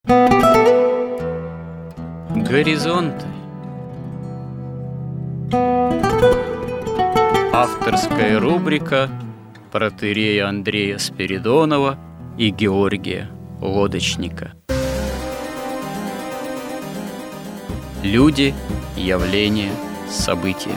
Горизонты. Авторская рубрика протоиерея Андрея Спиридонова и Георгия Лодочника. Люди, явления, события.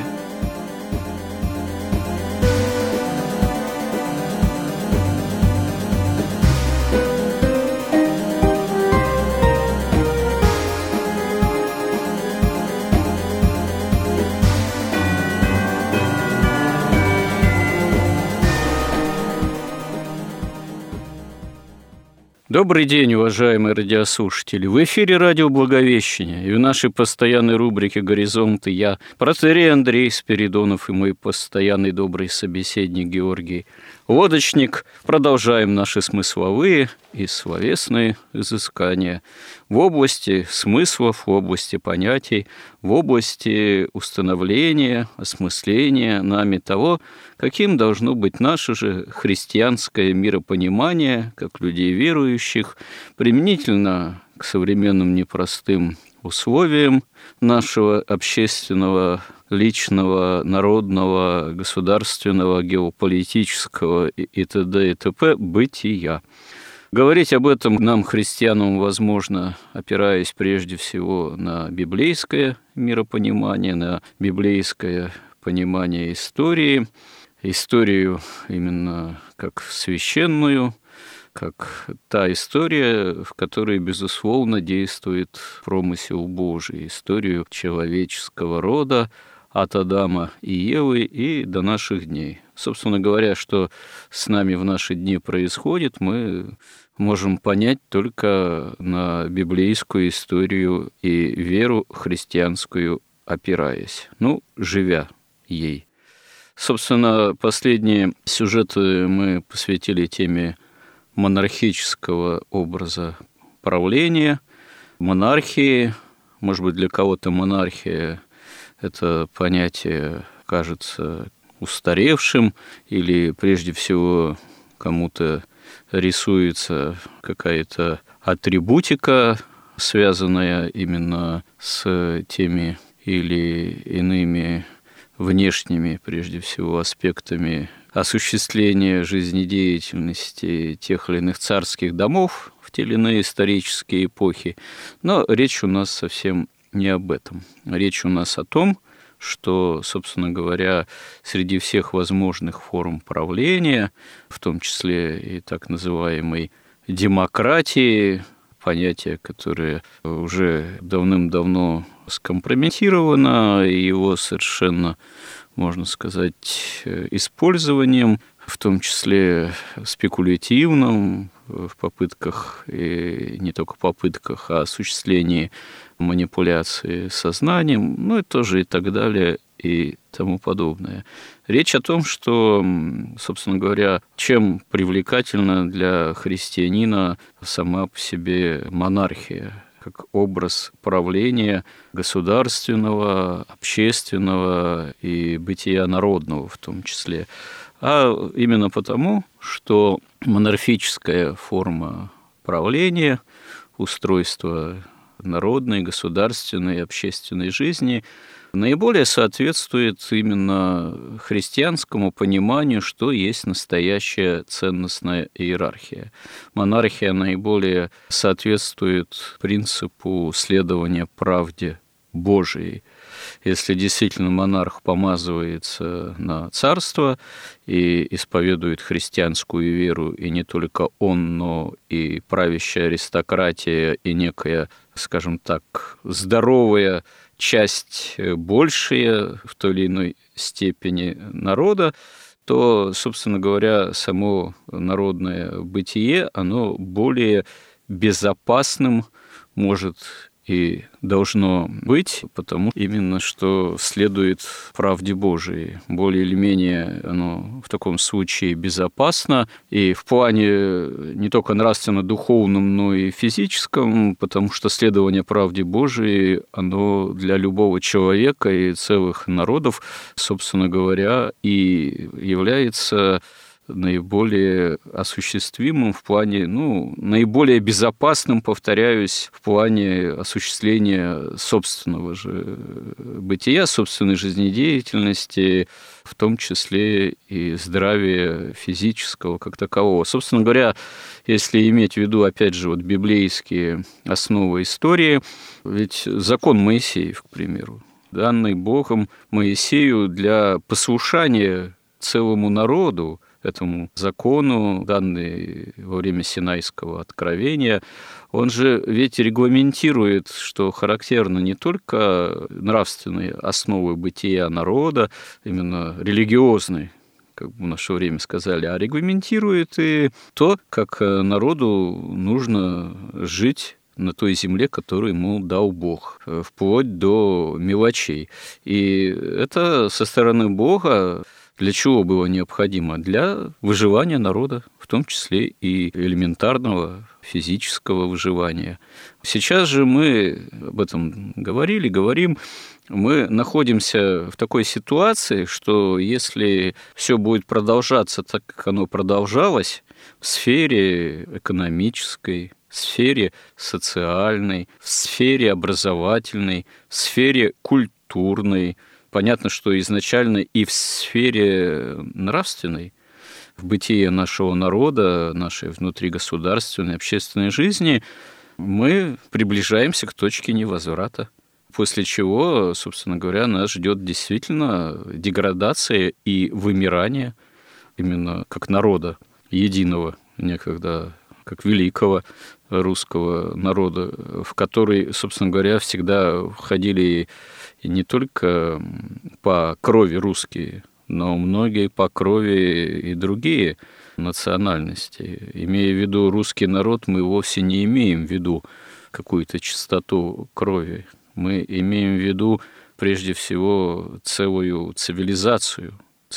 Добрый день, уважаемые радиослушатели! В эфире радио «Благовещение» и в нашей постоянной рубрике «Горизонты» я, протоиерей Андрей Спиридонов, и мой постоянный добрый собеседник Георгий Лодочник продолжаем наши смысловые и словесные изыскания в области смыслов, в области понятий, в области установления, осмысления нами того, каким должно быть наше же христианское миропонимание, как людей верующих, применительно к современным непростым условиям нашего общественного, личного, народного, государственного, геополитического и т.д. и т.п. бытия. Говорить об этом нам, христианам, возможно, опираясь прежде всего на библейское миропонимание, на библейское понимание истории, историю именно как священную, как та история, в которой, безусловно, действует промысел Божий, историю человеческого рода от Адама и Евы и до наших дней. Собственно говоря, что с нами в наши дни происходит, мы можем понять только на библейскую историю и веру христианскую опираясь, живя ей. Собственно, последние сюжеты мы посвятили теме монархического образа правления, монархии. Может быть, для кого-то монархия – это понятие кажется устаревшим, или прежде всего кому-то рисуется какая-то атрибутика, связанная именно с теми или иными внешними, прежде всего, аспектами осуществления жизнедеятельности тех или иных царских домов в те или иные исторические эпохи. Но речь у нас совсем не об этом. Речь у нас о том, что, собственно говоря, среди всех возможных форм правления, в том числе и так называемой демократии, понятие, которое уже давным-давно скомпрометировано, и его совершенно, можно сказать, использованием, в том числе спекулятивным, в попытках, и не только попытках, а осуществлении манипуляции сознанием, и тоже и так далее, и тому подобное. Речь о том, что, собственно говоря, чем привлекательна для христианина сама по себе монархия, как образ правления государственного, общественного и бытия народного в том числе. А именно потому, что монархическая форма правления, устройство народной, государственной и общественной жизни наиболее соответствует именно христианскому пониманию, что есть настоящая ценностная иерархия. Монархия наиболее соответствует принципу следования правде Божией. Если действительно монарх помазывается на царство и исповедует христианскую веру, и не только он, но и правящая аристократия, и некая, скажем так, здоровая часть, большая в той или иной степени народа, то, собственно говоря, само народное бытие, оно более безопасным может и должно быть, потому именно что следует правде Божией. Более или менее оно в таком случае безопасно и в плане не только нравственно-духовном, но и физическом, потому что следование правде Божией, оно для любого человека и целых народов, собственно говоря, и является наиболее осуществимым в плане, наиболее безопасным, повторяюсь, в плане осуществления собственного же бытия, собственной жизнедеятельности, в том числе и здравия физического как такового. Собственно говоря, если иметь в виду, опять же, библейские основы истории, ведь закон Моисеев, к примеру, данный Богом Моисею для послушания целому народу, этому закону, данный во время Синайского откровения, он же ведь регламентирует, что характерно не только нравственные основы бытия народа, именно религиозные, как в наше время сказали, а регламентирует и то, как народу нужно жить на той земле, которую ему дал Бог, вплоть до мелочей. И это со стороны Бога для чего было необходимо? Для выживания народа, в том числе и элементарного физического выживания. Сейчас же мы об этом говорим, мы находимся в такой ситуации, что если все будет продолжаться так, как оно продолжалось, в сфере экономической, в сфере социальной, в сфере образовательной, в сфере культурной, понятно, что изначально и в сфере нравственной, в бытии нашего народа, нашей внутригосударственной, общественной жизни, мы приближаемся к точке невозврата. После чего, собственно говоря, нас ждет действительно деградация и вымирание именно как народа единого, некогда как великого русского народа, в который, собственно говоря, всегда входили и не только по крови русские, но многие по крови и другие национальности. Имея в виду русский народ, мы вовсе не имеем в виду какую-то чистоту крови. Мы имеем в виду, прежде всего, целую цивилизацию,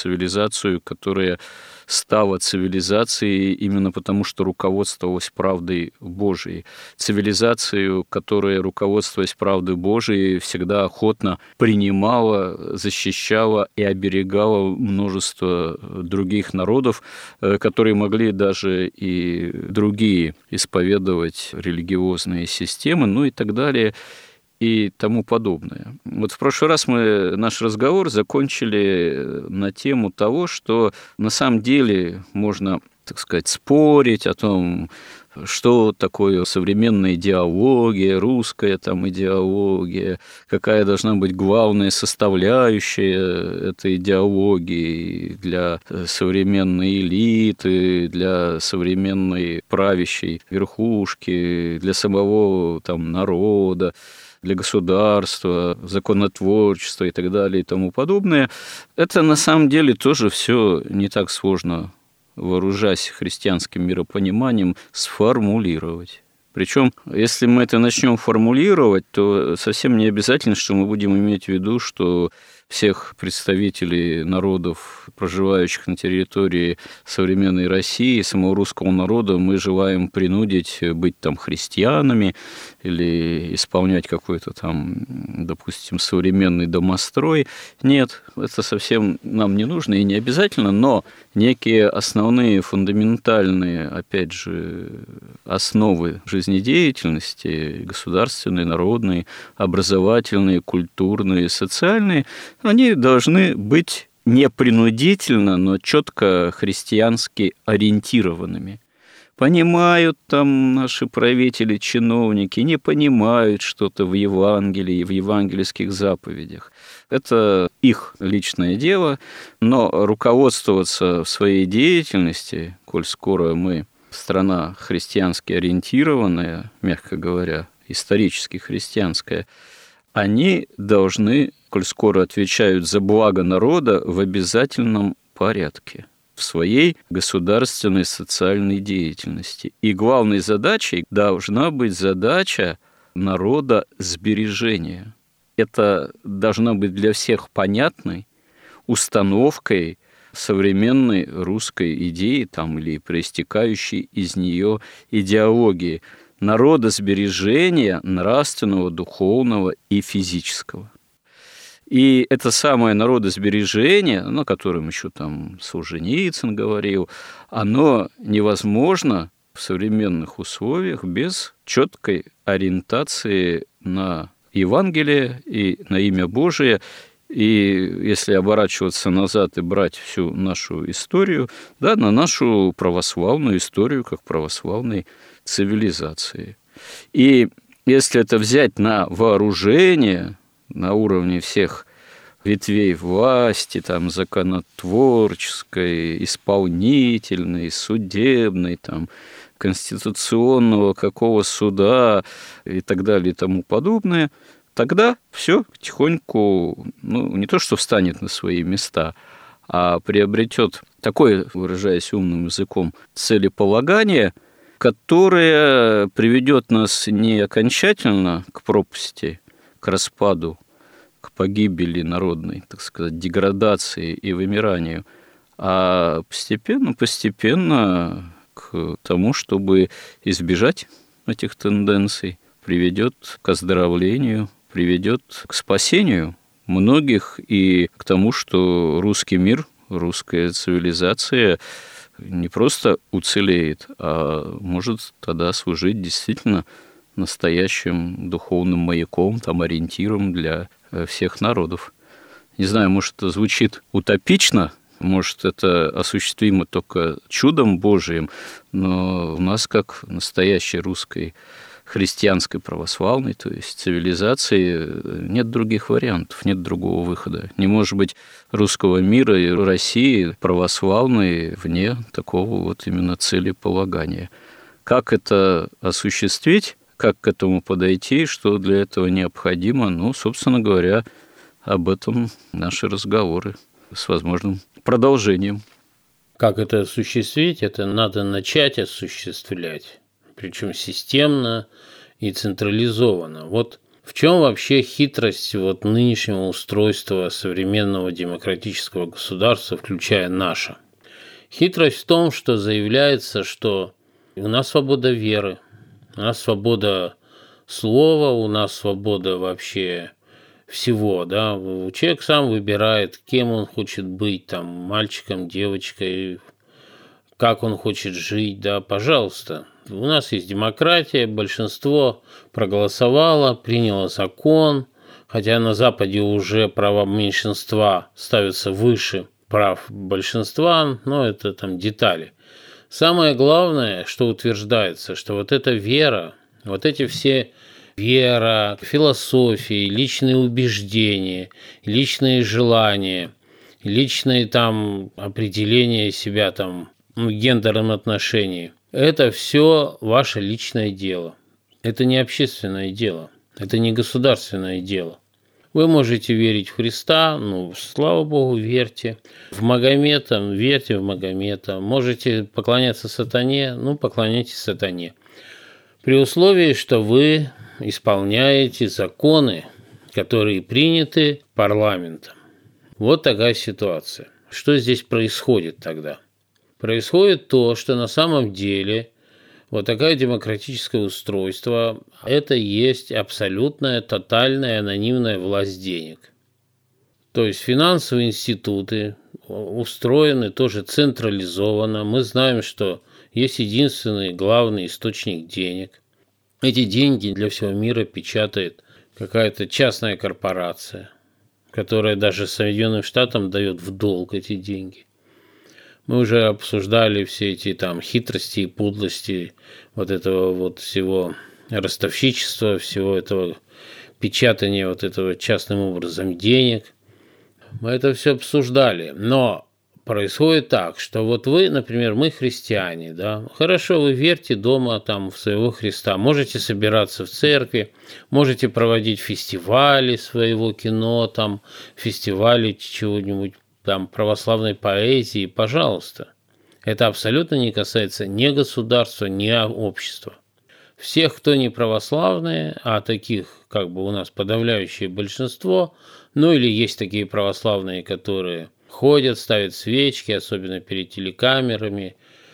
которая стала цивилизацией именно потому, что руководствовалась правдой Божией. Цивилизацию, которая, руководствуясь правдой Божией, всегда охотно принимала, защищала и оберегала множество других народов, которые могли даже и другие исповедовать религиозные системы, и так далее, и тому подобное. В прошлый раз мы наш разговор закончили на тему того, что на самом деле можно, так сказать, спорить о том, что такое современная идеология, русская идеология, какая должна быть главная составляющая этой идеологии для современной элиты, для современной правящей верхушки, для самого народа, для государства, законотворчества и так далее и тому подобное, это на самом деле тоже все не так сложно, вооружаясь христианским миропониманием, сформулировать. Причем, если мы это начнем формулировать, то совсем не обязательно, что мы будем иметь в виду, что всех представителей народов, проживающих на территории современной России, самого русского народа, мы желаем принудить быть христианами или исполнять какой-то допустим, современный домострой. Нет, это совсем нам не нужно и не обязательно, но некие основные, фундаментальные, опять же, основы жизнедеятельности, государственной, народной, образовательные, культурные, социальные, они должны быть не принудительно, но четко христиански ориентированными. Понимают наши правители, чиновники, не понимают что-то в Евангелии, в евангельских заповедях. Это их личное дело, но руководствоваться в своей деятельности, коль скоро мы страна христиански ориентированная, мягко говоря, исторически христианская, они должны, коль скоро отвечают за благо народа, в обязательном порядке в своей государственной социальной деятельности. И главной задачей должна быть задача народа сбережения. Это должна быть для всех понятной установкой современной русской идеи или проистекающей из нее идеологии народосбережения нравственного, духовного и физического. И это самое народосбережение, о котором еще там Солженицын говорил, оно невозможно в современных условиях без четкой ориентации на Евангелие и на имя Божие. И если оборачиваться назад и брать всю нашу историю, да, на нашу православную историю как православной цивилизации. И если это взять на вооружение на уровне всех ветвей власти, там, законотворческой, исполнительной, судебной, там, конституционного какого суда и так далее и тому подобное, тогда все потихоньку, не то что встанет на свои места, а приобретет такое, выражаясь умным языком, целеполагание, которое приведет нас не окончательно к пропасти, к распаду, к погибели народной, так сказать, деградации и вымиранию, а постепенно к тому, чтобы избежать этих тенденций, приведет к оздоровлению, приведет к спасению многих и к тому, что русский мир, русская цивилизация не просто уцелеет, а может тогда служить действительно настоящим духовным маяком, ориентиром для всех народов. Не знаю, может, это звучит утопично, может, это осуществимо только чудом Божиим, но у нас, как настоящей русской христианской православной, то есть цивилизации, нет других вариантов, нет другого выхода. Не может быть русского мира и России православной вне такого именно целеполагания. Как это осуществить? Как к этому подойти, что для этого необходимо, собственно говоря, об этом наши разговоры с возможным продолжением. Как это осуществить? Это надо начать осуществлять, причем системно и централизованно. В чем вообще хитрость нынешнего устройства современного демократического государства, включая наше? Хитрость в том, что заявляется, что у нас свобода веры, у нас свобода слова, у нас свобода вообще всего, да. Человек сам выбирает, кем он хочет быть, мальчиком, девочкой, как он хочет жить, да, пожалуйста. У нас есть демократия, большинство проголосовало, приняло закон, хотя на Западе уже права меньшинства ставятся выше прав большинства, но это детали. Самое главное, что утверждается, что эта вера, эти все вера, философии, личные убеждения, личные желания, личные определения себя гендерном отношении, это все ваше личное дело. Это не общественное дело, это не государственное дело. Вы можете верить в Христа, слава Богу, верьте. В Магомета, верьте в Магомета. Можете поклоняться сатане, поклоняйтесь сатане. При условии, что вы исполняете законы, которые приняты парламентом. Вот такая ситуация. Что здесь происходит тогда? Происходит то, что на самом деле такое демократическое устройство – это есть абсолютная, тотальная, анонимная власть денег. То есть финансовые институты устроены тоже централизованно. Мы знаем, что есть единственный главный источник денег. Эти деньги для всего мира печатает какая-то частная корпорация, которая даже Соединенным Штатам дает в долг эти деньги. Мы уже обсуждали все эти хитрости и подлости этого всего ростовщичества, всего этого печатания этого частным образом денег. Мы это все обсуждали. Но происходит так, что вы, например, мы христиане, да, хорошо, вы верьте дома в своего Христа, можете собираться в церкви, можете проводить фестивали своего кино, фестивали чего-нибудь, православной поэзии, пожалуйста. Это абсолютно не касается ни государства, ни общества. Всех, кто не православные, а таких у нас подавляющее большинство, или есть такие православные, которые ходят, ставят свечки, особенно перед телекамерами,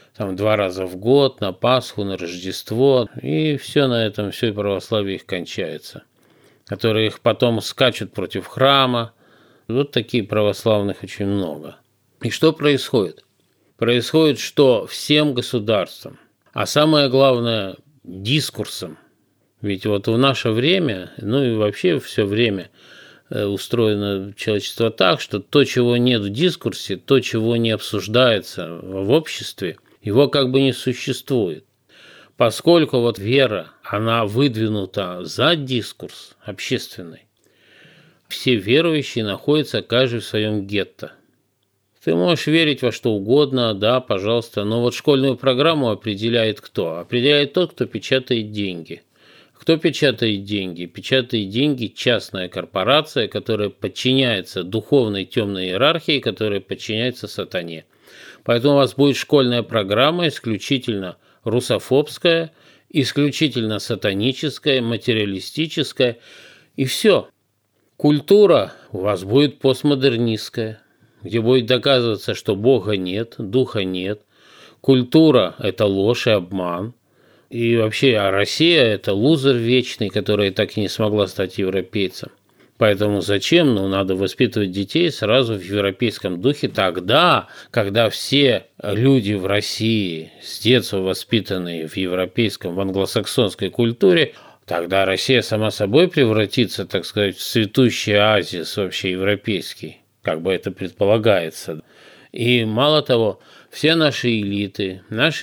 2 раза в год, на Пасху, на Рождество, и все на этом, все и православие их кончается. Которые их потом скачут против храма, Вот такие православных очень много. И что происходит? Происходит, что всем государствам, а самое главное дискурсом, ведь вот в наше время, ну и вообще все время устроено человечество так, что то, чего нет в дискурсе, то, чего не обсуждается в обществе, его как бы не существует. Поскольку вот вера, она выдвинута за дискурс общественный, все верующие находятся каждый в своем гетто. Ты можешь верить во что угодно, да, пожалуйста, но вот школьную программу определяет кто? Определяет тот, кто печатает деньги. Кто печатает деньги? Печатает деньги частная корпорация, которая подчиняется духовной темной иерархии, которая подчиняется сатане. Поэтому у вас будет школьная программа исключительно русофобская, исключительно сатаническая, материалистическая, и все. Культура у вас будет постмодернистская, где будет доказываться, что Бога нет, Духа нет. Культура – это ложь и обман. И вообще, а Россия – это лузер вечный, который так и не смогла стать европейцем. Поэтому зачем? Ну, надо воспитывать детей сразу в европейском духе тогда, когда все люди в России с детства воспитанные в европейском, в англосаксонской культуре, тогда Россия сама собой превратится, так сказать, в цветущий оазис вообще европейский, как бы это предполагается. И мало того, все наши элиты,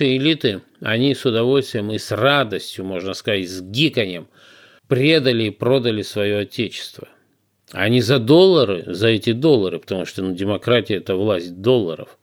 они с удовольствием и с радостью, можно сказать, с гиканьем предали и продали свое отечество. Они за доллары, за эти доллары, потому что демократия – это власть долларов,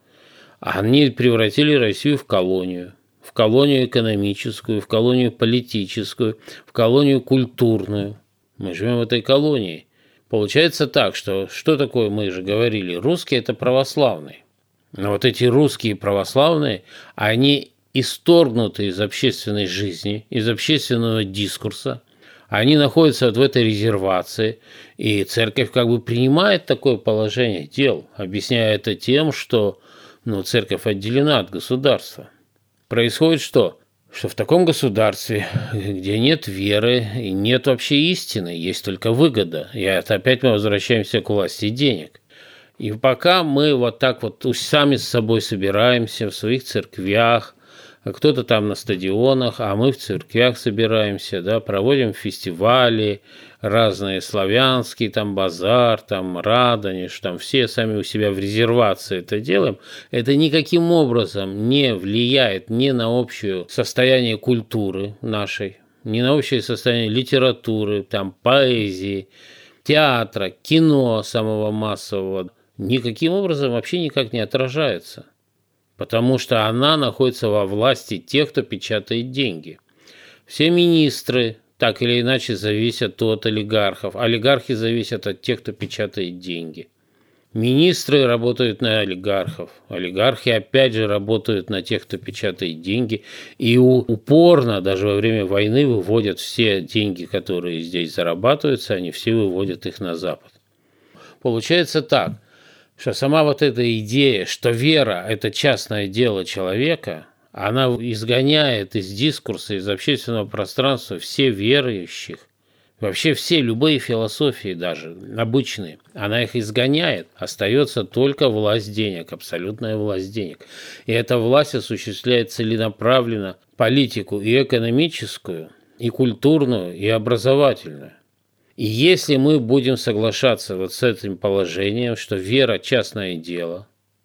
они превратили Россию в колонию экономическую, в колонию политическую, в колонию культурную. Мы живем в этой колонии. Получается так, что такое, мы же говорили, русские – это православные. Но вот эти русские православные, они исторгнуты из общественной жизни, из общественного дискурса. Они находятся вот в этой резервации, и церковь как бы принимает такое положение дел, объясняя это тем, что церковь отделена от государства. Происходит что? Что в таком государстве, где нет веры и нет вообще истины, есть только выгода. И это опять мы возвращаемся к власти денег. И пока мы вот так вот сами с собой собираемся в своих церквях, кто-то там на стадионах, а мы в церквях собираемся, да, проводим фестивали разные, славянский, там базар, там Радонеж, там все сами у себя в резервации это делаем, это никаким образом не влияет ни на общее состояние культуры нашей, ни на общее состояние литературы, там поэзии, театра, кино самого массового, никаким образом вообще никак не отражается. Потому что она находится во власти тех, кто печатает деньги. Все министры так или иначе зависят от олигархов. Олигархи зависят от тех, кто печатает деньги. Министры работают на олигархов. Олигархи опять же работают на тех, кто печатает деньги. И упорно, даже во время войны, выводят все деньги, которые здесь зарабатываются, они все выводят их на Запад. Получается так, что сама вот эта идея, что вера – это частное дело человека, она изгоняет из дискурса, из общественного пространства все верующих, вообще все, любые философии даже, обычные, она их изгоняет, остается только власть денег, абсолютная власть денег. И эта власть осуществляет целенаправленно политику и экономическую, и культурную, и образовательную. И если мы будем соглашаться вот с этим положением, что вера – частное дело,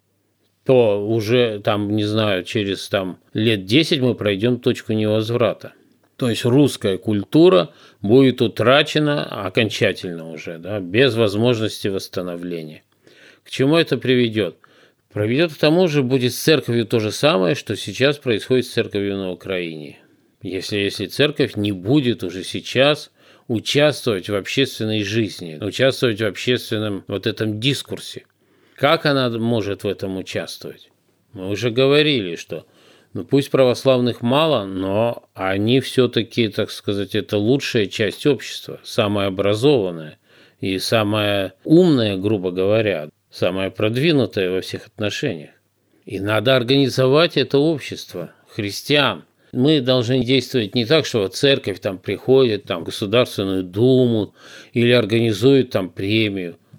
то уже там, не знаю, через лет 10 мы пройдем точку невозврата. То есть русская культура будет утрачена окончательно уже, да, без возможности восстановления. К чему это приведет? Приведет к тому же, будет с церковью то же самое, что сейчас происходит с церковью на Украине. Если церковь не будет уже сейчас участвовать в общественной жизни, участвовать в общественном вот этом дискурсе. Как она может в этом участвовать? Мы уже говорили, что пусть православных мало, но они все-таки, так сказать, это лучшая часть общества, самая образованная и самая умная, грубо говоря, самая продвинутая во всех отношениях. И надо организовать это общество христиан. Мы должны действовать не так, что церковь приходит в Государственную Думу или организует премию.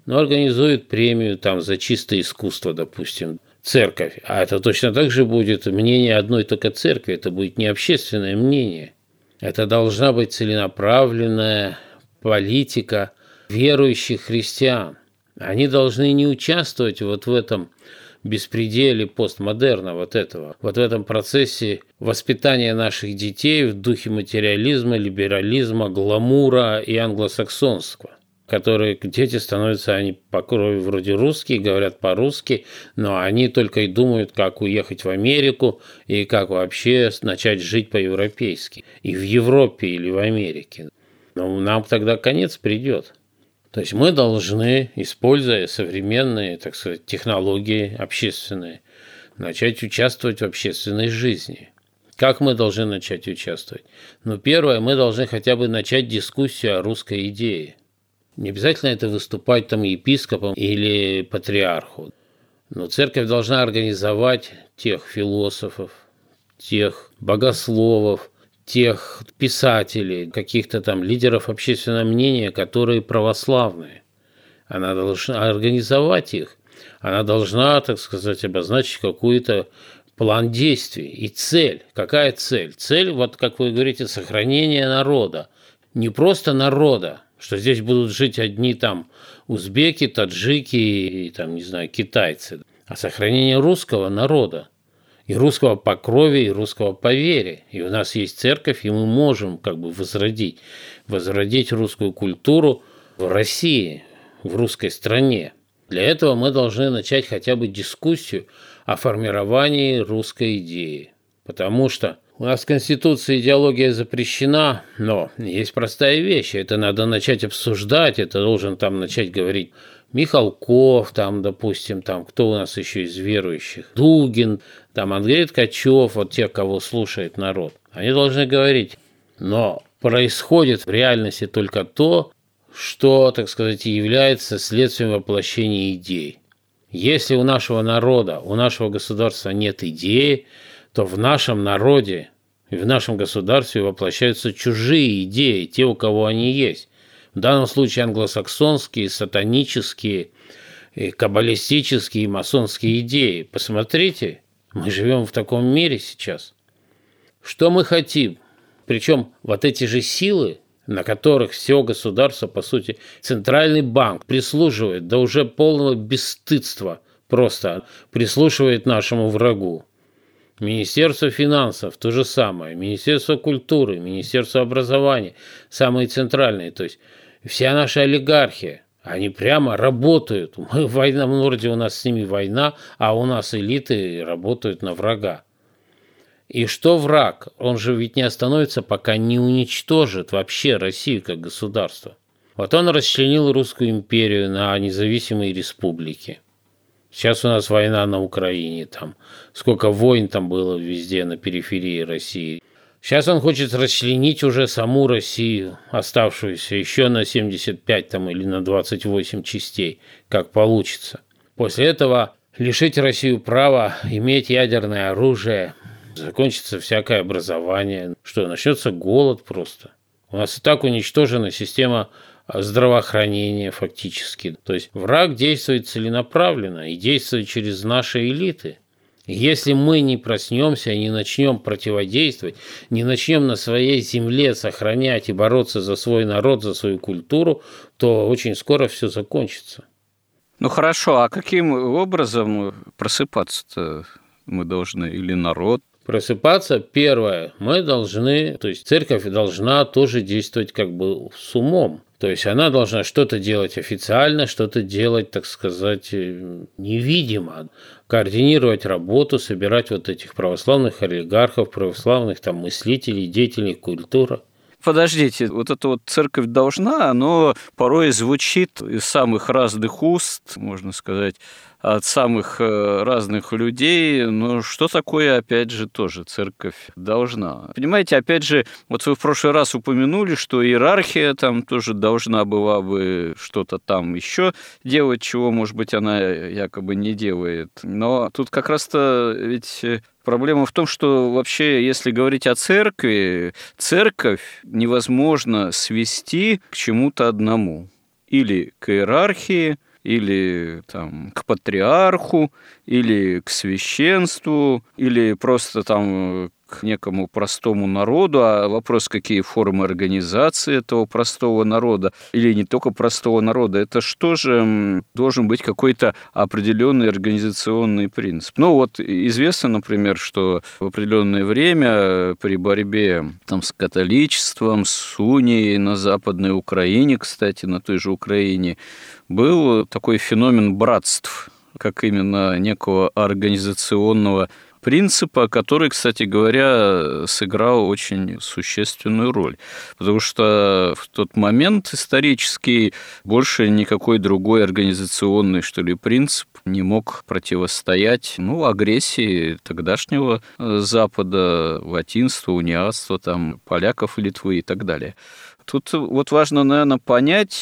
но организует премию там за чистое искусство, допустим, церковь. А это точно так же будет мнение одной только церкви, это будет не общественное мнение. Это должна быть целенаправленная политика верующих христиан. Они должны не участвовать вот в этом беспределе постмодерна, вот в этом процессе воспитания наших детей в духе материализма, либерализма, гламура и англосаксонского, которые дети становятся, они по крови вроде русские, говорят по-русски, но они только и думают, как уехать в Америку и как вообще начать жить по-европейски. И в Европе или в Америке. Но нам тогда конец придет. То есть мы должны, используя современные, так сказать, технологии общественные, начать участвовать в общественной жизни. Как мы должны начать участвовать? Ну, первое, мы должны хотя бы начать дискуссию о русской идее. Не обязательно это выступать там епископом или патриарху. Но церковь должна организовать тех философов, тех богословов, тех писателей, каких-то там лидеров общественного мнения, которые православные. Она должна организовать их. Она должна, так сказать, обозначить какой-то план действий и цель. Какая цель? Цель, вот как вы говорите, сохранение народа. Не просто народа, что здесь будут жить одни там узбеки, таджики и там, не знаю, китайцы, а сохранение русского народа. И русского по крови, и русского по вере. И у нас есть церковь, и мы можем как бы возродить русскую культуру в России, в русской стране. Для этого мы должны начать хотя бы дискуссию о формировании русской идеи. Потому что у нас в Конституции идеология запрещена, но есть простая вещь. Это надо начать обсуждать, это должен там начать говорить Михалков, там, допустим, там, кто у нас еще из верующих, Дугин, там, Андрей Ткачев, вот те, кого слушает народ. Они должны говорить, но происходит в реальности только то, что, так сказать, является следствием воплощения идей. Если у нашего народа, у нашего государства нет идеи, то в нашем народе и в нашем государстве воплощаются чужие идеи, те, у кого они есть. В данном случае англосаксонские, сатанические, каббалистические и масонские идеи. Посмотрите, мы живем в таком мире сейчас. Что мы хотим? Причем вот эти же силы, на которых все государство, по сути, центральный банк прислуживает, до уже полного бесстыдства просто прислушивает нашему врагу. Министерство финансов – то же самое, Министерство культуры, Министерство образования – самые центральные. То есть вся наша олигархия, они прямо работают. Мы в военном городе, у нас с ними война, а у нас элиты работают на врага. И что враг? Он же ведь не остановится, пока не уничтожит вообще Россию как государство. Вот он расчленил Русскую империю на независимые республики. Сейчас у нас война на Украине, там сколько войн там было везде на периферии России. Сейчас он хочет расчленить уже саму Россию, оставшуюся еще на 75 там, или на 28 частей, как получится. После этого лишить Россию права иметь ядерное оружие, закончится всякое образование, что начнется голод просто. У нас и так уничтожена система здравоохранения фактически. То есть враг действует целенаправленно и действует через наши элиты. Если мы не проснемся и не начнем противодействовать, не начнем на своей земле сохранять и бороться за свой народ, за свою культуру, то очень скоро все закончится. Ну хорошо, а каким образом просыпаться-то мы должны или народ? Просыпаться, первое, мы должны, то есть церковь должна тоже действовать как бы с умом. То есть она должна что-то делать официально, что-то делать, так сказать, невидимо, координировать работу, собирать вот этих православных олигархов, православных там мыслителей, деятелей культуры. Подождите, вот эта вот церковь должна, оно порой звучит из самых разных уст, можно сказать, от самых разных людей, но что такое, опять же, тоже церковь должна? Понимаете, опять же, вот вы в прошлый раз упомянули, что иерархия там тоже должна была бы что-то там еще делать, чего, может быть, она якобы не делает. Но тут как раз-то ведь проблема в том, что вообще, если говорить о церкви, церковь невозможно свести к чему-то одному. Или к иерархии, или там, к патриарху, или к священству, или просто там к некому простому народу, а вопрос, какие формы организации этого простого народа, или не только простого народа, это что же должен быть какой-то определенный организационный принцип. Ну вот известно, например, что в определенное время при борьбе там, с католичеством, с унией на Западной Украине, кстати, на той же Украине, был такой феномен братств, как именно некого организационного принципа, который, кстати говоря, сыграл очень существенную роль. Потому что в тот момент исторический больше никакой другой организационный, что ли, принцип не мог противостоять агрессии тогдашнего Запада, латинства, униатства, там, поляков, Литвы и так далее. Тут вот важно, наверное, понять,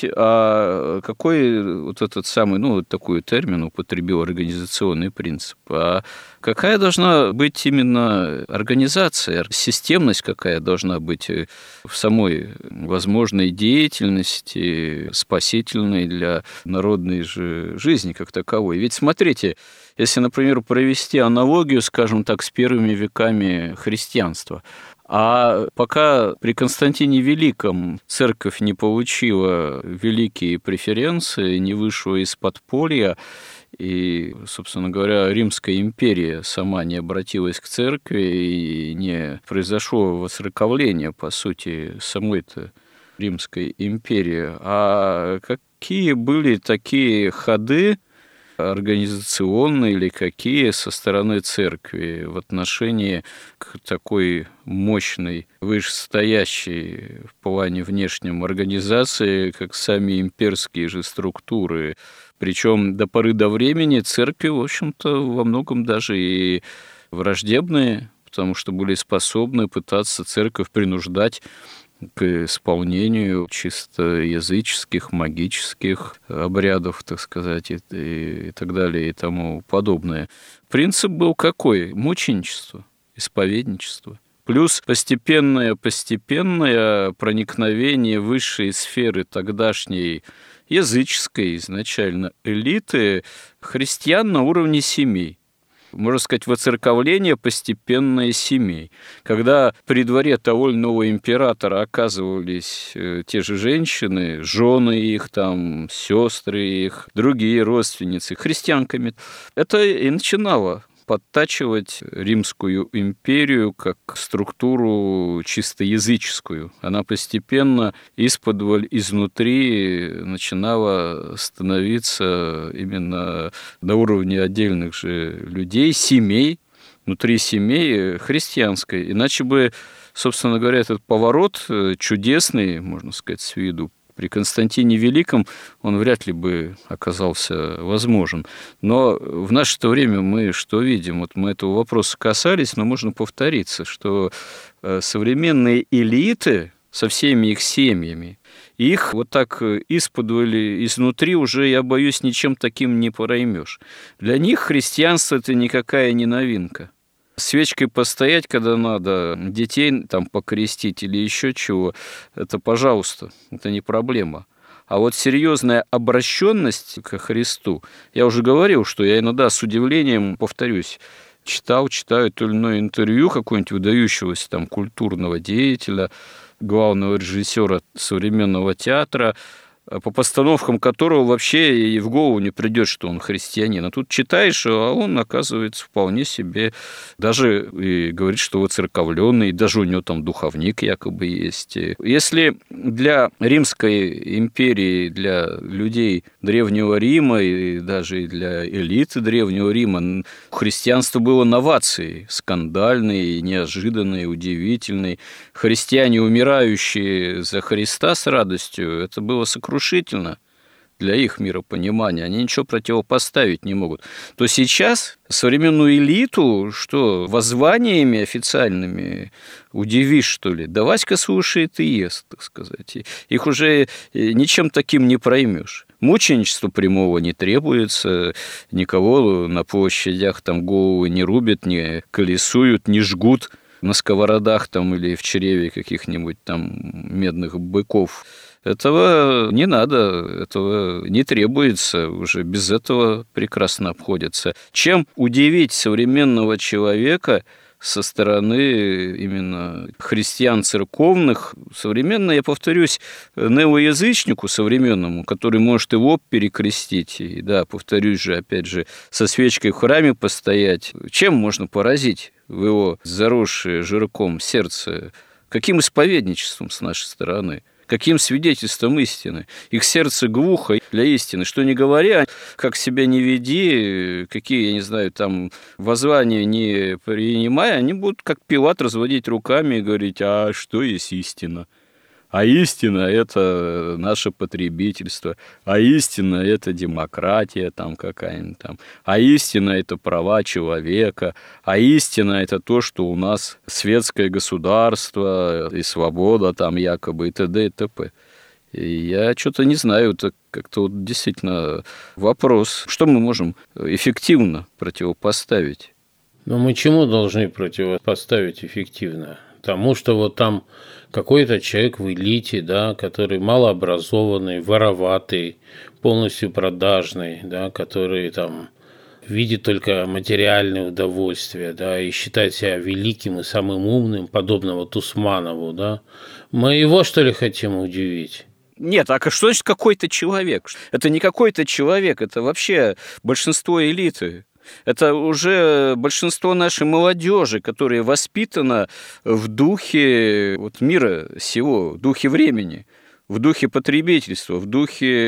какой вот этот самый, такой термин употребил организационный принцип, а какая должна быть именно организация, системность какая должна быть в самой возможной деятельности, спасительной для народной же жизни как таковой. Ведь смотрите, если, например, провести аналогию, скажем так, с первыми веками христианства, а пока при Константине Великом церковь не получила великие преференции, не вышла из подполья, и, собственно говоря, Римская империя сама не обратилась к церкви, и не произошло воцерковление, по сути, самой-то Римской империи. А какие были такие ходы организационные или какие со стороны церкви в отношении к такой мощной, вышестоящей в плане внешнем организации, как сами имперские же структуры. Причем до поры до времени церкви, в общем-то, во многом даже и враждебные, потому что были способны пытаться церковь принуждать к исполнению чисто языческих, магических обрядов, так сказать, и так далее, и тому подобное. Принцип был какой? Мученичество, исповедничество. Плюс постепенное проникновение высшей сферы тогдашней языческой изначально элиты христиан на уровне семей. Можно сказать, воцерковление постепенное семей. Когда при дворе того или иного императора оказывались те же женщины, жены их, там, сестры их, другие родственницы, христианками, это и начинало подтачивать Римскую империю как структуру чисто языческую. Она постепенно исподволь, изнутри начинала становиться именно на уровне отдельных же людей, семей, внутри семей христианской. Иначе бы, собственно говоря, этот поворот чудесный, можно сказать, с виду, при Константине Великом он вряд ли бы оказался возможен. Но в наше-то время мы что видим? Вот мы этого вопроса касались, но можно повториться, что современные элиты со всеми их семьями, их вот так исподволь, изнутри уже, я боюсь, ничем таким не проймешь. Для них христианство – это никакая не новинка. Свечкой постоять, когда надо, детей там покрестить или еще чего, это пожалуйста, это не проблема. А вот серьезная обращенность ко Христу, я уже говорил, что я иногда с удивлением, повторюсь, читаю то или иное интервью какого-нибудь выдающегося там культурного деятеля, главного режиссера современного театра, по постановкам которого вообще и в голову не придет, что он христианин. А тут читаешь, а он, оказывается, вполне себе даже и говорит, что воцерковленный, даже у него там духовник якобы есть. Если для Римской империи, для людей Древнего Рима и даже для элиты Древнего Рима христианство было новацией, скандальной, неожиданной, удивительной. Христиане, умирающие за Христа с радостью, это было сокрушительно для их миропонимания, они ничего противопоставить не могут, то сейчас современную элиту, что, воззваниями официальными удивишь, что ли? Да Васька слушает и ест, так сказать. Их уже ничем таким не проймешь. Мученичества прямого не требуется, никого на площадях там головы не рубят, не колесуют, не жгут на сковородах там или в чреве каких-нибудь там медных быков. Этого не надо, этого не требуется, уже без этого прекрасно обходится. Чем удивить современного человека со стороны именно христиан церковных, современно, я повторюсь, неоязычнику современному, который может его перекрестить, и, да, повторюсь же, опять же, со свечкой в храме постоять, чем можно поразить в его заросшее жирком сердце? Каким исповедничеством с нашей стороны? Каким свидетельством истины? Их сердце глухо для истины. Что не говоря, как себя не веди, какие, я не знаю, там воззвания не принимая, они будут как Пилат разводить руками и говорить: а что есть истина? А истина – это наше потребительство, а истина – это демократия там какая-нибудь там, а истина – это права человека, а истина – это то, что у нас светское государство и свобода там якобы и т.д. и т.п. И я что-то не знаю, это как-то вот действительно вопрос, что мы можем эффективно противопоставить? Но мы чему должны противопоставить эффективно? Тому, что вот там какой-то человек в элите, да, который малообразованный, вороватый, полностью продажный, да, который там видит только материальное удовольствие, да, и считает себя великим и самым умным, подобного Тусманову, да. Мы его, что ли, хотим удивить? Нет, а что значит какой-то человек? Это не какой-то человек, это вообще большинство элиты. Это уже большинство нашей молодежи, которая воспитана в духе вот мира сего, в духе времени, в духе потребительства, в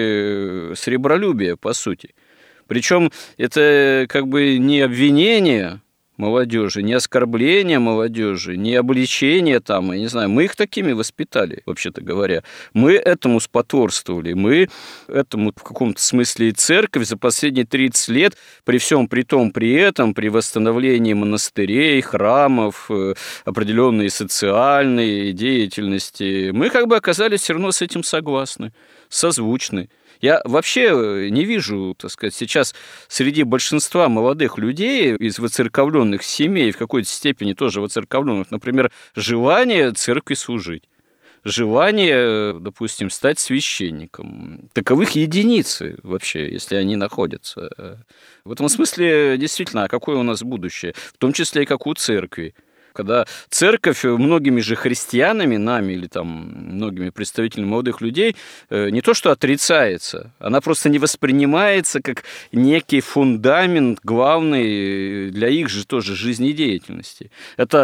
духе сребролюбия, по сути. Причем это как бы не обвинение молодежи, не оскорбление молодежи, не обличение там, я не знаю, мы их такими воспитали, вообще-то говоря. Мы этому спотворствовали, мы этому в каком-то смысле и церковь за последние 30 лет, при всем при том, при этом, при восстановлении монастырей, храмов, определенной социальной деятельности, мы как бы оказались все равно с этим согласны, созвучны. Я вообще не вижу, так сказать, сейчас среди большинства молодых людей из воцерковленных семей, в какой-то степени тоже воцерковленных, например, желание церкви служить, желание, допустим, стать священником. Таковых единицы вообще, если они находятся. В этом смысле, действительно, а какое у нас будущее? В том числе и как у церкви. Когда церковь многими же христианами, нами или там многими представителями молодых людей, не то что отрицается, она просто не воспринимается как некий фундамент главный для их же тоже жизнедеятельности. Это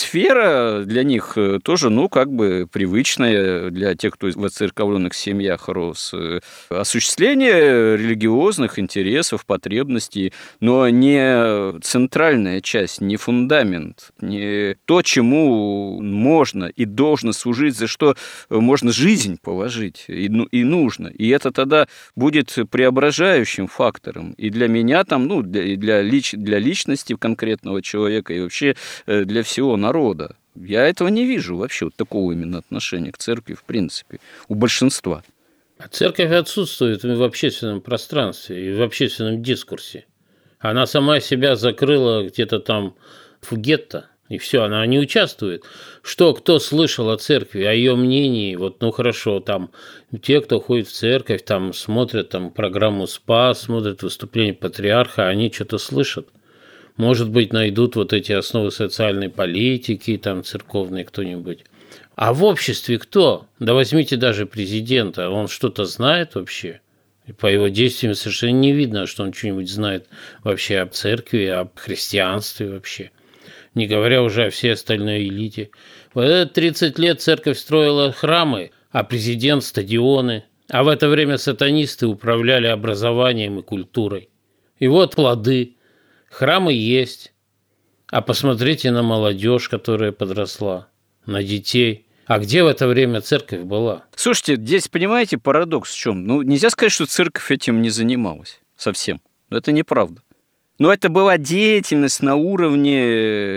сфера для них тоже, ну, как бы привычная для тех, кто в воцерковленных семьях рос. Осуществление религиозных интересов, потребностей, но не центральная часть, не фундамент, не то, чему можно и должно служить, за что можно жизнь положить и нужно. И это тогда будет преображающим фактором и для меня, там, ну, для личности конкретного человека и вообще для всего народа. Я этого не вижу вообще, вот такого именно отношения к церкви в принципе у большинства. А церковь отсутствует в общественном пространстве и в общественном дискурсе. Она сама себя закрыла где-то там в гетто. И все, она не участвует. Кто слышал о церкви, о ее мнении, вот, ну хорошо, там те, кто ходит в церковь, там смотрят там программу «Спас», смотрят выступление патриарха, они что-то слышат. Может быть, найдут вот эти основы социальной политики, там церковные кто-нибудь. А в обществе кто? Да возьмите даже президента, он что-то знает вообще? И по его действиям совершенно не видно, что он что-нибудь знает вообще об церкви, об христианстве вообще. Не говоря уже о всей остальной элите. В 30 лет церковь строила храмы, а президент – стадионы. А в это время сатанисты управляли образованием и культурой. И вот плоды. Храмы есть. А посмотрите на молодежь, которая подросла, на детей. А где в это время церковь была? Слушайте, здесь, понимаете, парадокс в чем? Ну, нельзя сказать, что церковь этим не занималась совсем. Это неправда. Но это была деятельность на уровне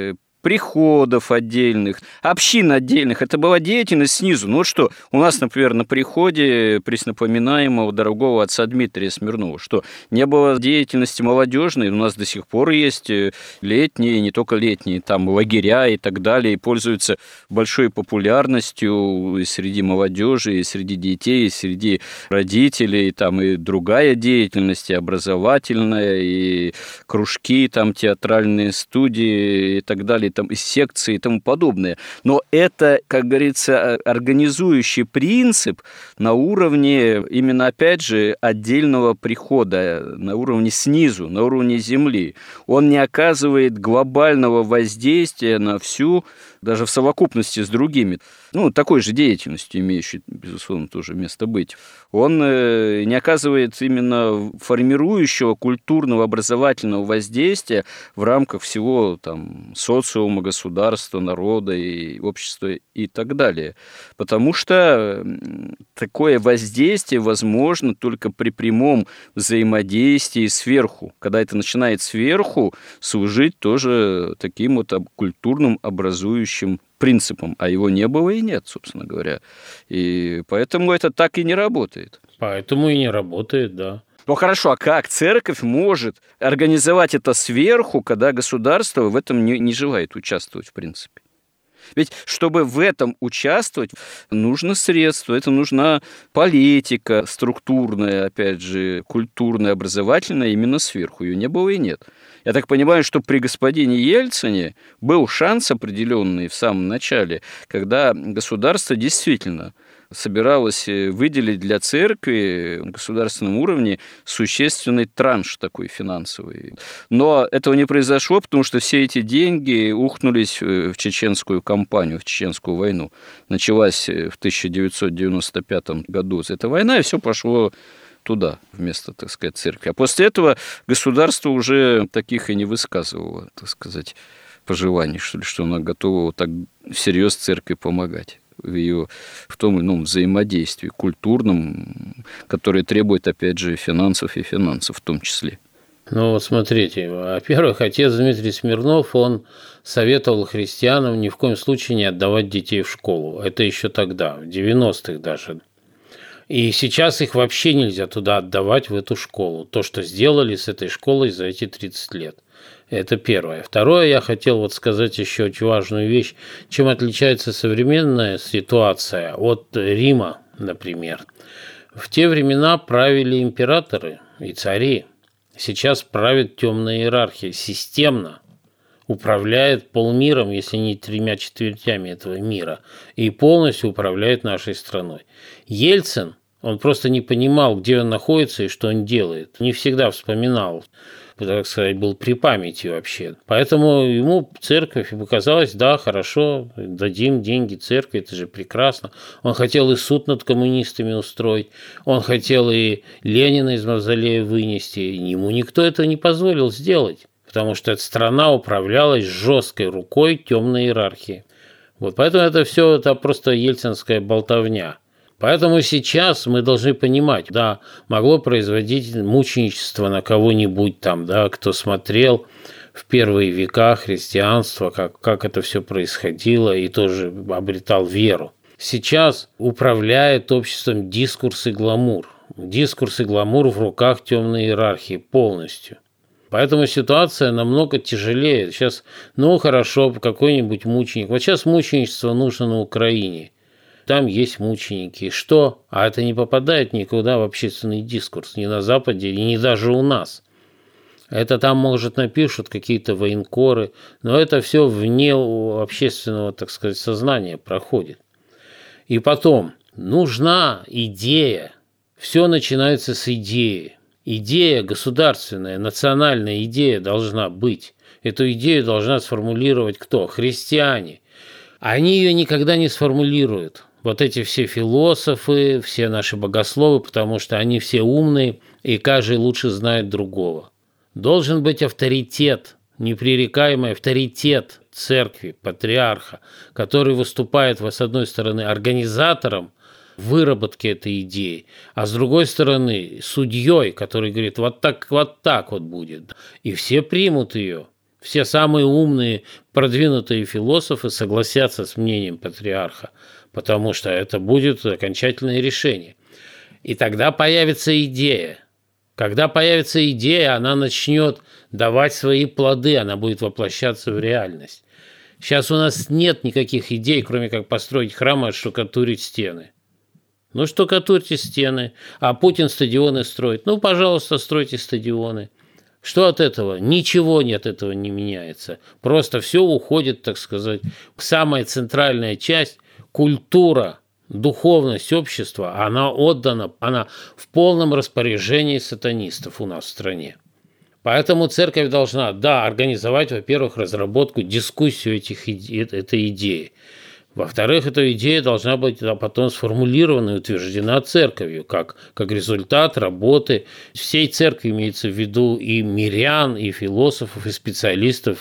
приходов отдельных, общин отдельных. Это была деятельность снизу. Ну вот что, у нас, например, на приходе преснопоминаемого дорогого отца Дмитрия Смирнова, что не было деятельности молодежной, у нас до сих пор есть летние, не только летние, там лагеря и так далее, и пользуются большой популярностью и среди молодежи, и среди детей, и среди родителей, там и другая деятельность, и образовательная, и кружки, там театральные студии и так далее, там и секции и тому подобное. Но это, как говорится, организующий принцип на уровне, именно опять же, отдельного прихода, на уровне снизу, на уровне земли. Он не оказывает глобального воздействия на всю, даже в совокупности с другими, такой же деятельностью, имеющей, безусловно, тоже место быть. Он не оказывает именно формирующего культурного, образовательного воздействия в рамках всего там, социума, государства, народа и общества и так далее. Потому что такое воздействие возможно только при прямом взаимодействии сверху. Когда это начинает сверху служить тоже таким вот культурным образующим принципом, а его не было и нет, собственно говоря. И поэтому это так и не работает. Поэтому и не работает, да. Ну хорошо, а как церковь может организовать это сверху, когда государство в этом не желает участвовать в принципе? Ведь чтобы в этом участвовать, нужно средства, это нужна политика структурная, опять же, культурная, образовательная, именно сверху. Ее не было и нет. Я так понимаю, что при господине Ельцине был шанс определенный в самом начале, когда государство действительно собиралось выделить для церкви на государственном уровне существенный транш такой финансовый. Но этого не произошло, потому что все эти деньги ухнулись в чеченскую кампанию, в чеченскую войну. Началась в 1995 году эта война, и все пошло туда, вместо, так сказать, церкви. А после этого государство уже таких и не высказывало, так сказать, пожеланий, что оно готово так всерьез церкви помогать в том или ином взаимодействии культурном, которое требует, опять же, финансов в том числе. Ну вот смотрите, во-первых, отец Дмитрий Смирнов, он советовал христианам ни в коем случае не отдавать детей в школу. Это еще тогда, в 90-х даже. И сейчас их вообще нельзя туда отдавать, в эту школу. То, что сделали с этой школой за эти 30 лет. Это первое. Второе, я хотел сказать еще очень важную вещь. Чем отличается современная ситуация от Рима, например. В те времена правили императоры и цари. Сейчас правит темная иерархия, системно управляет полмиром, если не 3/4 этого мира, и полностью управляет нашей страной. Ельцин, он просто не понимал, где он находится и что он делает. Не всегда вспоминал, так сказать, был при памяти вообще. Поэтому ему церковь показалась, да, хорошо, дадим деньги церкви, это же прекрасно. Он хотел и суд над коммунистами устроить, он хотел и Ленина из мавзолея вынести, ему никто этого не позволил сделать, потому что эта страна управлялась жесткой рукой темной иерархии. Вот поэтому это все это просто ельцинская болтовня. Поэтому сейчас мы должны понимать, да, могло производить мученичество на кого-нибудь там, да, кто смотрел в первые века христианства, как это все происходило, и тоже обретал веру. Сейчас управляет обществом дискурс и гламур. Дискурс и гламур в руках темной иерархии полностью. Поэтому ситуация намного тяжелее. Сейчас, хорошо, какой-нибудь мученик. Вот сейчас мученичество нужно на Украине. Там есть мученики. Что? А это не попадает никуда в общественный дискурс. Ни на Западе, ни даже у нас. Это там, может, напишут какие-то военкоры, но это все вне общественного, так сказать, сознания проходит. И потом, нужна идея. Все начинается с идеи. Идея государственная, национальная идея должна быть. Эту идею должна сформулировать кто? Христиане. Они ее никогда не сформулируют. Вот эти все философы, все наши богословы, потому что они все умные, и каждый лучше знает другого. Должен быть авторитет, непререкаемый авторитет церкви, патриарха, который выступает, с одной стороны, организатором выработки этой идеи, а с другой стороны, судьей, который говорит, вот так вот будет. И все примут ее. Все самые умные, продвинутые философы согласятся с мнением патриарха, потому что это будет окончательное решение. И тогда появится идея. Когда появится идея, она начнет давать свои плоды, она будет воплощаться в реальность. Сейчас у нас нет никаких идей, кроме как построить храм и отштукатурить стены. Ну, штукатурьте стены, а Путин стадионы строит. Ну, пожалуйста, стройте стадионы. Что от этого? Ничего от этого не меняется. Просто все уходит, так сказать, самая центральная часть – культура, духовность общества, она отдана, она в полном распоряжении сатанистов у нас в стране. Поэтому церковь должна, организовать, во-первых, разработку, дискуссию этой идеи. Во-вторых, эта идея должна быть потом сформулирована и утверждена церковью, как результат работы всей церкви, имеется в виду и мирян, и философов, и специалистов,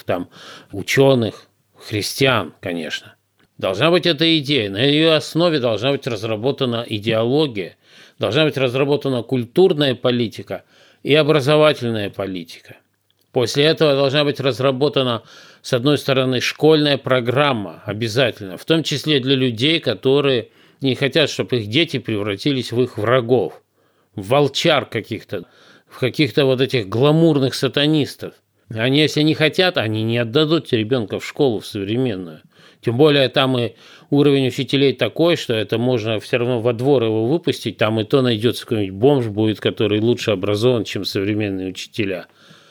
ученых, христиан, конечно. Должна быть эта идея, на ее основе должна быть разработана идеология, должна быть разработана культурная политика и образовательная политика. После этого должна быть разработана, с одной стороны, школьная программа обязательно, в том числе для людей, которые не хотят, чтобы их дети превратились в их врагов, в волчар каких-то, в каких-то вот этих гламурных сатанистов. Они, если не хотят, они не отдадут ребенка в школу в современную. Тем более там и уровень учителей такой, что это можно все равно во двор его выпустить, там и то найдется какой-нибудь бомж будет, который лучше образован, чем современные учителя.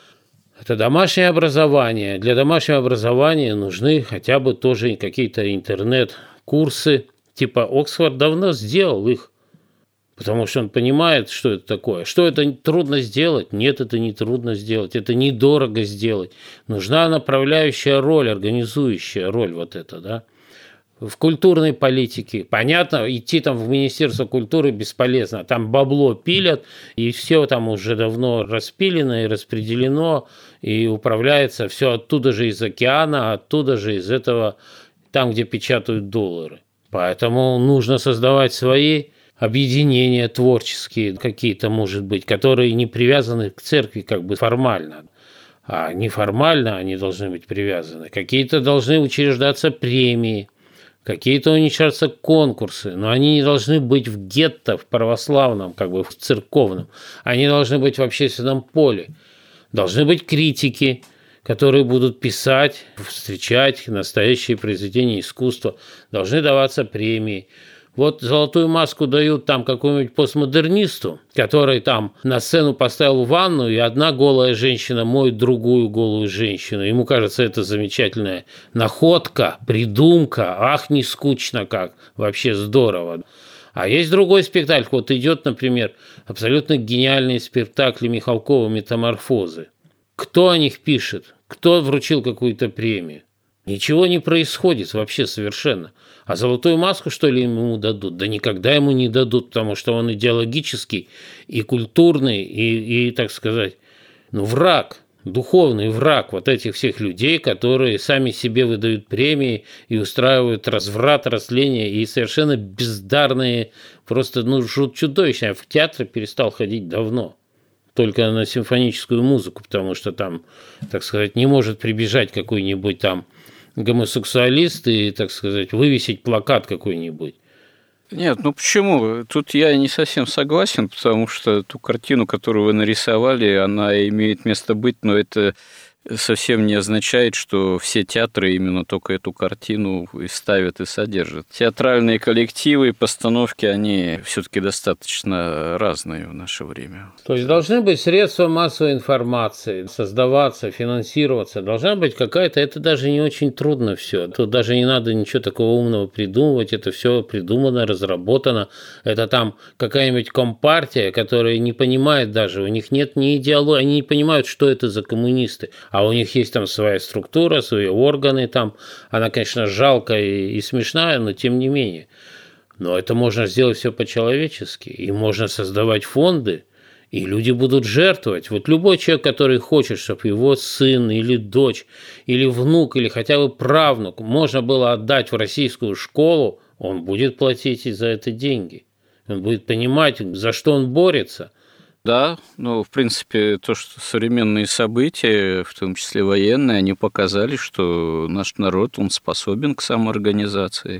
Это домашнее образование. Для домашнего образования нужны хотя бы тоже какие-то интернет-курсы. Типа Оксфорд давно сделал их, потому что он понимает, что это такое. Что это трудно сделать? Нет, это не трудно сделать. Это недорого сделать. Нужна направляющая роль, организующая роль вот эта, да. В культурной политике. Понятно, идти там в Министерство культуры бесполезно. Там бабло пилят, и все там уже давно распилено и распределено, и управляется все оттуда же из океана, оттуда же из этого, там, где печатают доллары. Поэтому нужно создавать свои объединения творческие какие-то, может быть, которые не привязаны к церкви как бы формально, а неформально они должны быть привязаны. Какие-то должны учреждаться премии, какие-то учреждаться конкурсы, но они не должны быть в гетто, в православном, как бы в церковном. Они должны быть в общественном поле. Должны быть критики, которые будут писать, встречать настоящие произведения искусства. Должны даваться премии. Вот золотую маску дают там какому-нибудь постмодернисту, который там на сцену поставил ванну, и одна голая женщина моет другую голую женщину. Ему кажется, это замечательная находка, придумка. Ах, не скучно как, вообще здорово. А есть другой спектакль. Вот идет, например, абсолютно гениальный спектакль Михалкова «Метаморфозы». Кто о них пишет? Кто вручил какую-то премию? Ничего не происходит вообще совершенно. А золотую маску, что ли, ему дадут? Да никогда ему не дадут, потому что он идеологический и культурный, и так сказать, враг, духовный враг вот этих всех людей, которые сами себе выдают премии и устраивают разврат, растление, и совершенно бездарные, просто, чудовищные. Я в театр перестал ходить давно. Только на симфоническую музыку, потому что там, так сказать, не может прибежать какой-нибудь там гомосексуалист и, так сказать, вывесить плакат какой-нибудь. Нет, почему? Тут я не совсем согласен, потому что ту картину, которую вы нарисовали, она имеет место быть, но это совсем не означает, что все театры именно только эту картину и ставят, и содержат. Театральные коллективы и постановки, они все-таки достаточно разные в наше время. То есть должны быть средства массовой информации, создаваться, финансироваться. Должна быть какая-то, это даже не очень трудно все. Тут даже не надо ничего такого умного придумывать, это все придумано, разработано. Это там какая-нибудь компартия, которая не понимает даже, у них нет ни идеологии, они не понимают, что это за коммунисты. А у них есть там своя структура, свои органы там. Она, конечно, жалкая и смешная, но тем не менее. Но это можно сделать все по-человечески. И можно создавать фонды, и люди будут жертвовать. Вот любой человек, который хочет, чтобы его сын или дочь, или внук, или хотя бы правнук можно было отдать в российскую школу, он будет платить за это деньги. Он будет понимать, за что он борется. Да, в принципе, то, что современные события, в том числе военные, они показали, что наш народ, он способен к самоорганизации.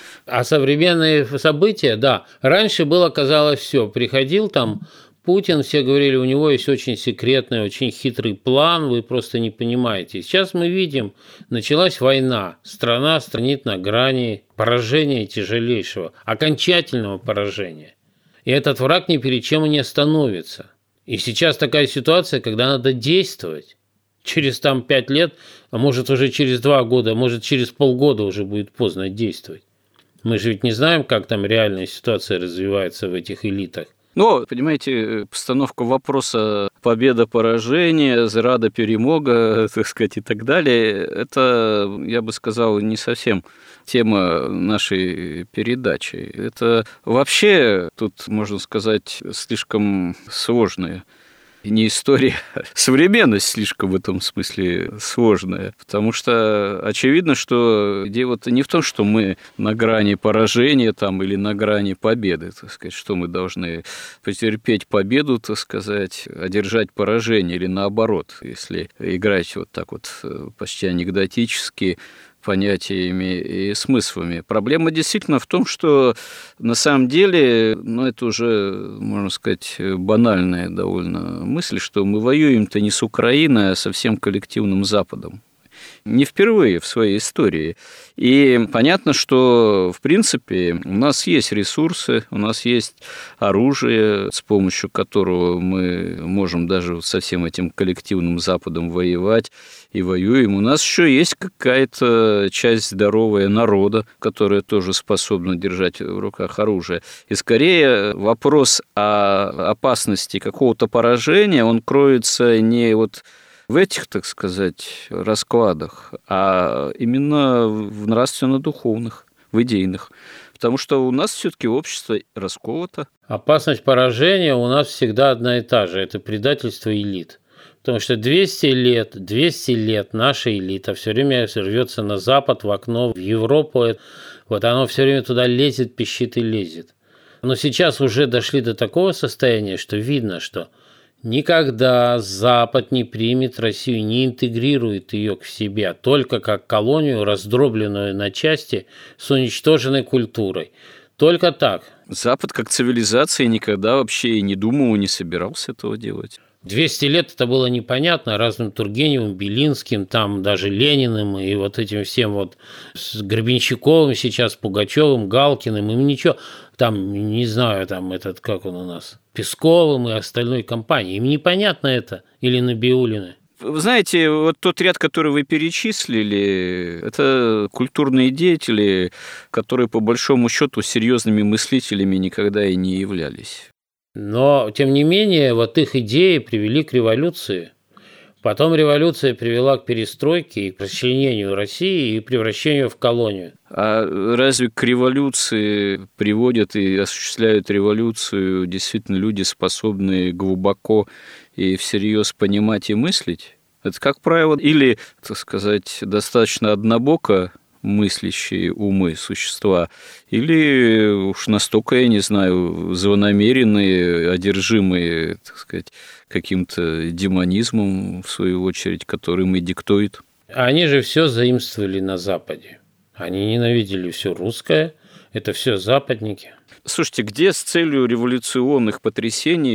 А современные события, да, раньше было, казалось, все, приходил там Путин, все говорили, у него есть очень секретный, очень хитрый план, вы просто не понимаете. Сейчас мы видим, началась война, страна стоит на грани поражения тяжелейшего, окончательного поражения. И этот враг ни перед чем и не остановится. И сейчас такая ситуация, когда надо действовать. Через 5 лет, а может уже через 2 года, а может через полгода уже будет поздно действовать. Мы же ведь не знаем, как там реальная ситуация развивается в этих элитах. Но, понимаете, постановка вопроса победа-поражение, зрада-перемога, так сказать, и так далее, это, я бы сказал, не совсем тема нашей передачи. Это вообще, тут, можно сказать, слишком сложная. Не история, а современность слишком в этом смысле сложная. Потому что очевидно, что дело-то не в том, что мы на грани поражения там, или на грани победы, так сказать, что мы должны потерпеть победу, так сказать, одержать поражение, или наоборот, если играть вот так вот почти анекдотически, понятиями и смыслами. Проблема действительно в том, что на самом деле, это уже, можно сказать, банальная довольно мысль, что мы воюем-то не с Украиной, а со всем коллективным Западом. Не впервые в своей истории. И понятно, что, в принципе, у нас есть ресурсы, у нас есть оружие, с помощью которого мы можем даже со всем этим коллективным Западом воевать и воюем. У нас еще есть какая-то часть здоровая народа, которая тоже способна держать в руках оружие. И скорее вопрос о опасности какого-то поражения, он кроется не в этих, так сказать, раскладах, а именно в нравственно-духовных, в идейных. Потому что у нас все-таки общество расколото. Опасность поражения у нас всегда одна и та же – это предательство элит. Потому что 200 лет наша элита все время рвется на Запад, в окно, в Европу. Оно все время туда лезет, пищит и лезет. Но сейчас уже дошли до такого состояния, что видно, что никогда Запад не примет Россию, не интегрирует ее к себе, только как колонию, раздробленную на части с уничтоженной культурой. Только так. Запад как цивилизация никогда вообще и не думал, и не собирался этого делать. 200 лет это было непонятно разным Тургеневым, Белинским, там даже Лениным и этим всем с Гребенщиковым сейчас, Пугачевым, Галкиным, им ничего, там, не знаю, как он у нас, Песковым и остальной компанией, им непонятно это, или Набиуллины. Вы знаете, тот ряд, который вы перечислили, это культурные деятели, которые по большому счету серьезными мыслителями никогда и не являлись. Но, тем не менее, их идеи привели к революции. Потом революция привела к перестройке и к расчленению России и превращению в колонию. А разве к революции приводят и осуществляют революцию действительно люди, способные глубоко и всерьез понимать и мыслить? Это, как правило, или, так сказать, достаточно однобоко мыслящие умы существа, или уж настолько, я не знаю, злонамеренные, одержимые, так сказать, каким-то демонизмом, в свою очередь, который им и диктует. Они же все заимствовали на Западе. Они ненавидели все русское, это все западники. Слушайте, где с целью революционных потрясений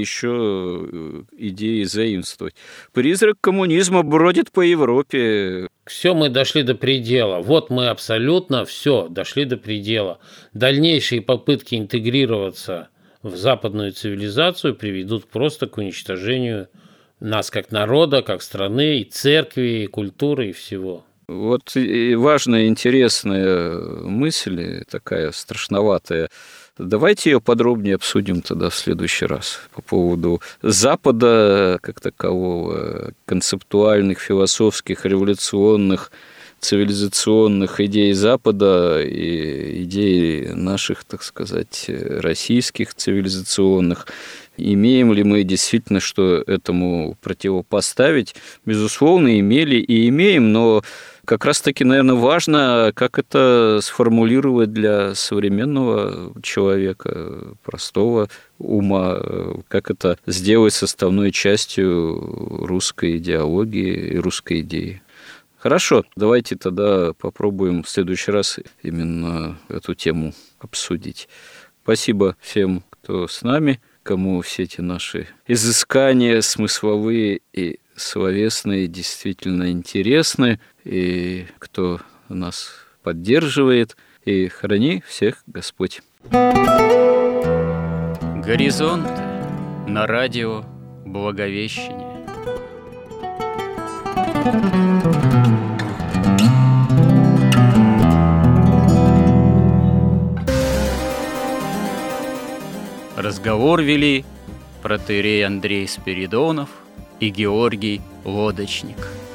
еще идеи заимствовать? Призрак коммунизма бродит по Европе. Все, мы дошли до предела. Мы абсолютно все дошли до предела. Дальнейшие попытки интегрироваться в западную цивилизацию приведут просто к уничтожению нас как народа, как страны, и церкви, и культуры, и всего. И важная, интересная мысль, такая страшноватая. Давайте ее подробнее обсудим тогда в следующий раз по поводу Запада как такового, концептуальных, философских, революционных, цивилизационных идей Запада и идей наших, так сказать, российских цивилизационных. Имеем ли мы действительно что этому противопоставить? Безусловно, имели и имеем, но как раз-таки, наверное, важно, как это сформулировать для современного человека, простого ума, как это сделать составной частью русской идеологии и русской идеи. Хорошо, давайте тогда попробуем в следующий раз именно эту тему обсудить. Спасибо всем, кто с нами, кому все эти наши изыскания смысловые и словесные действительно интересны, и кто нас поддерживает, и храни всех Господь. Горизонт на радио Благовещение. Разговор вели протоиерей Андрей Спиридонов и Георгий Лодочник.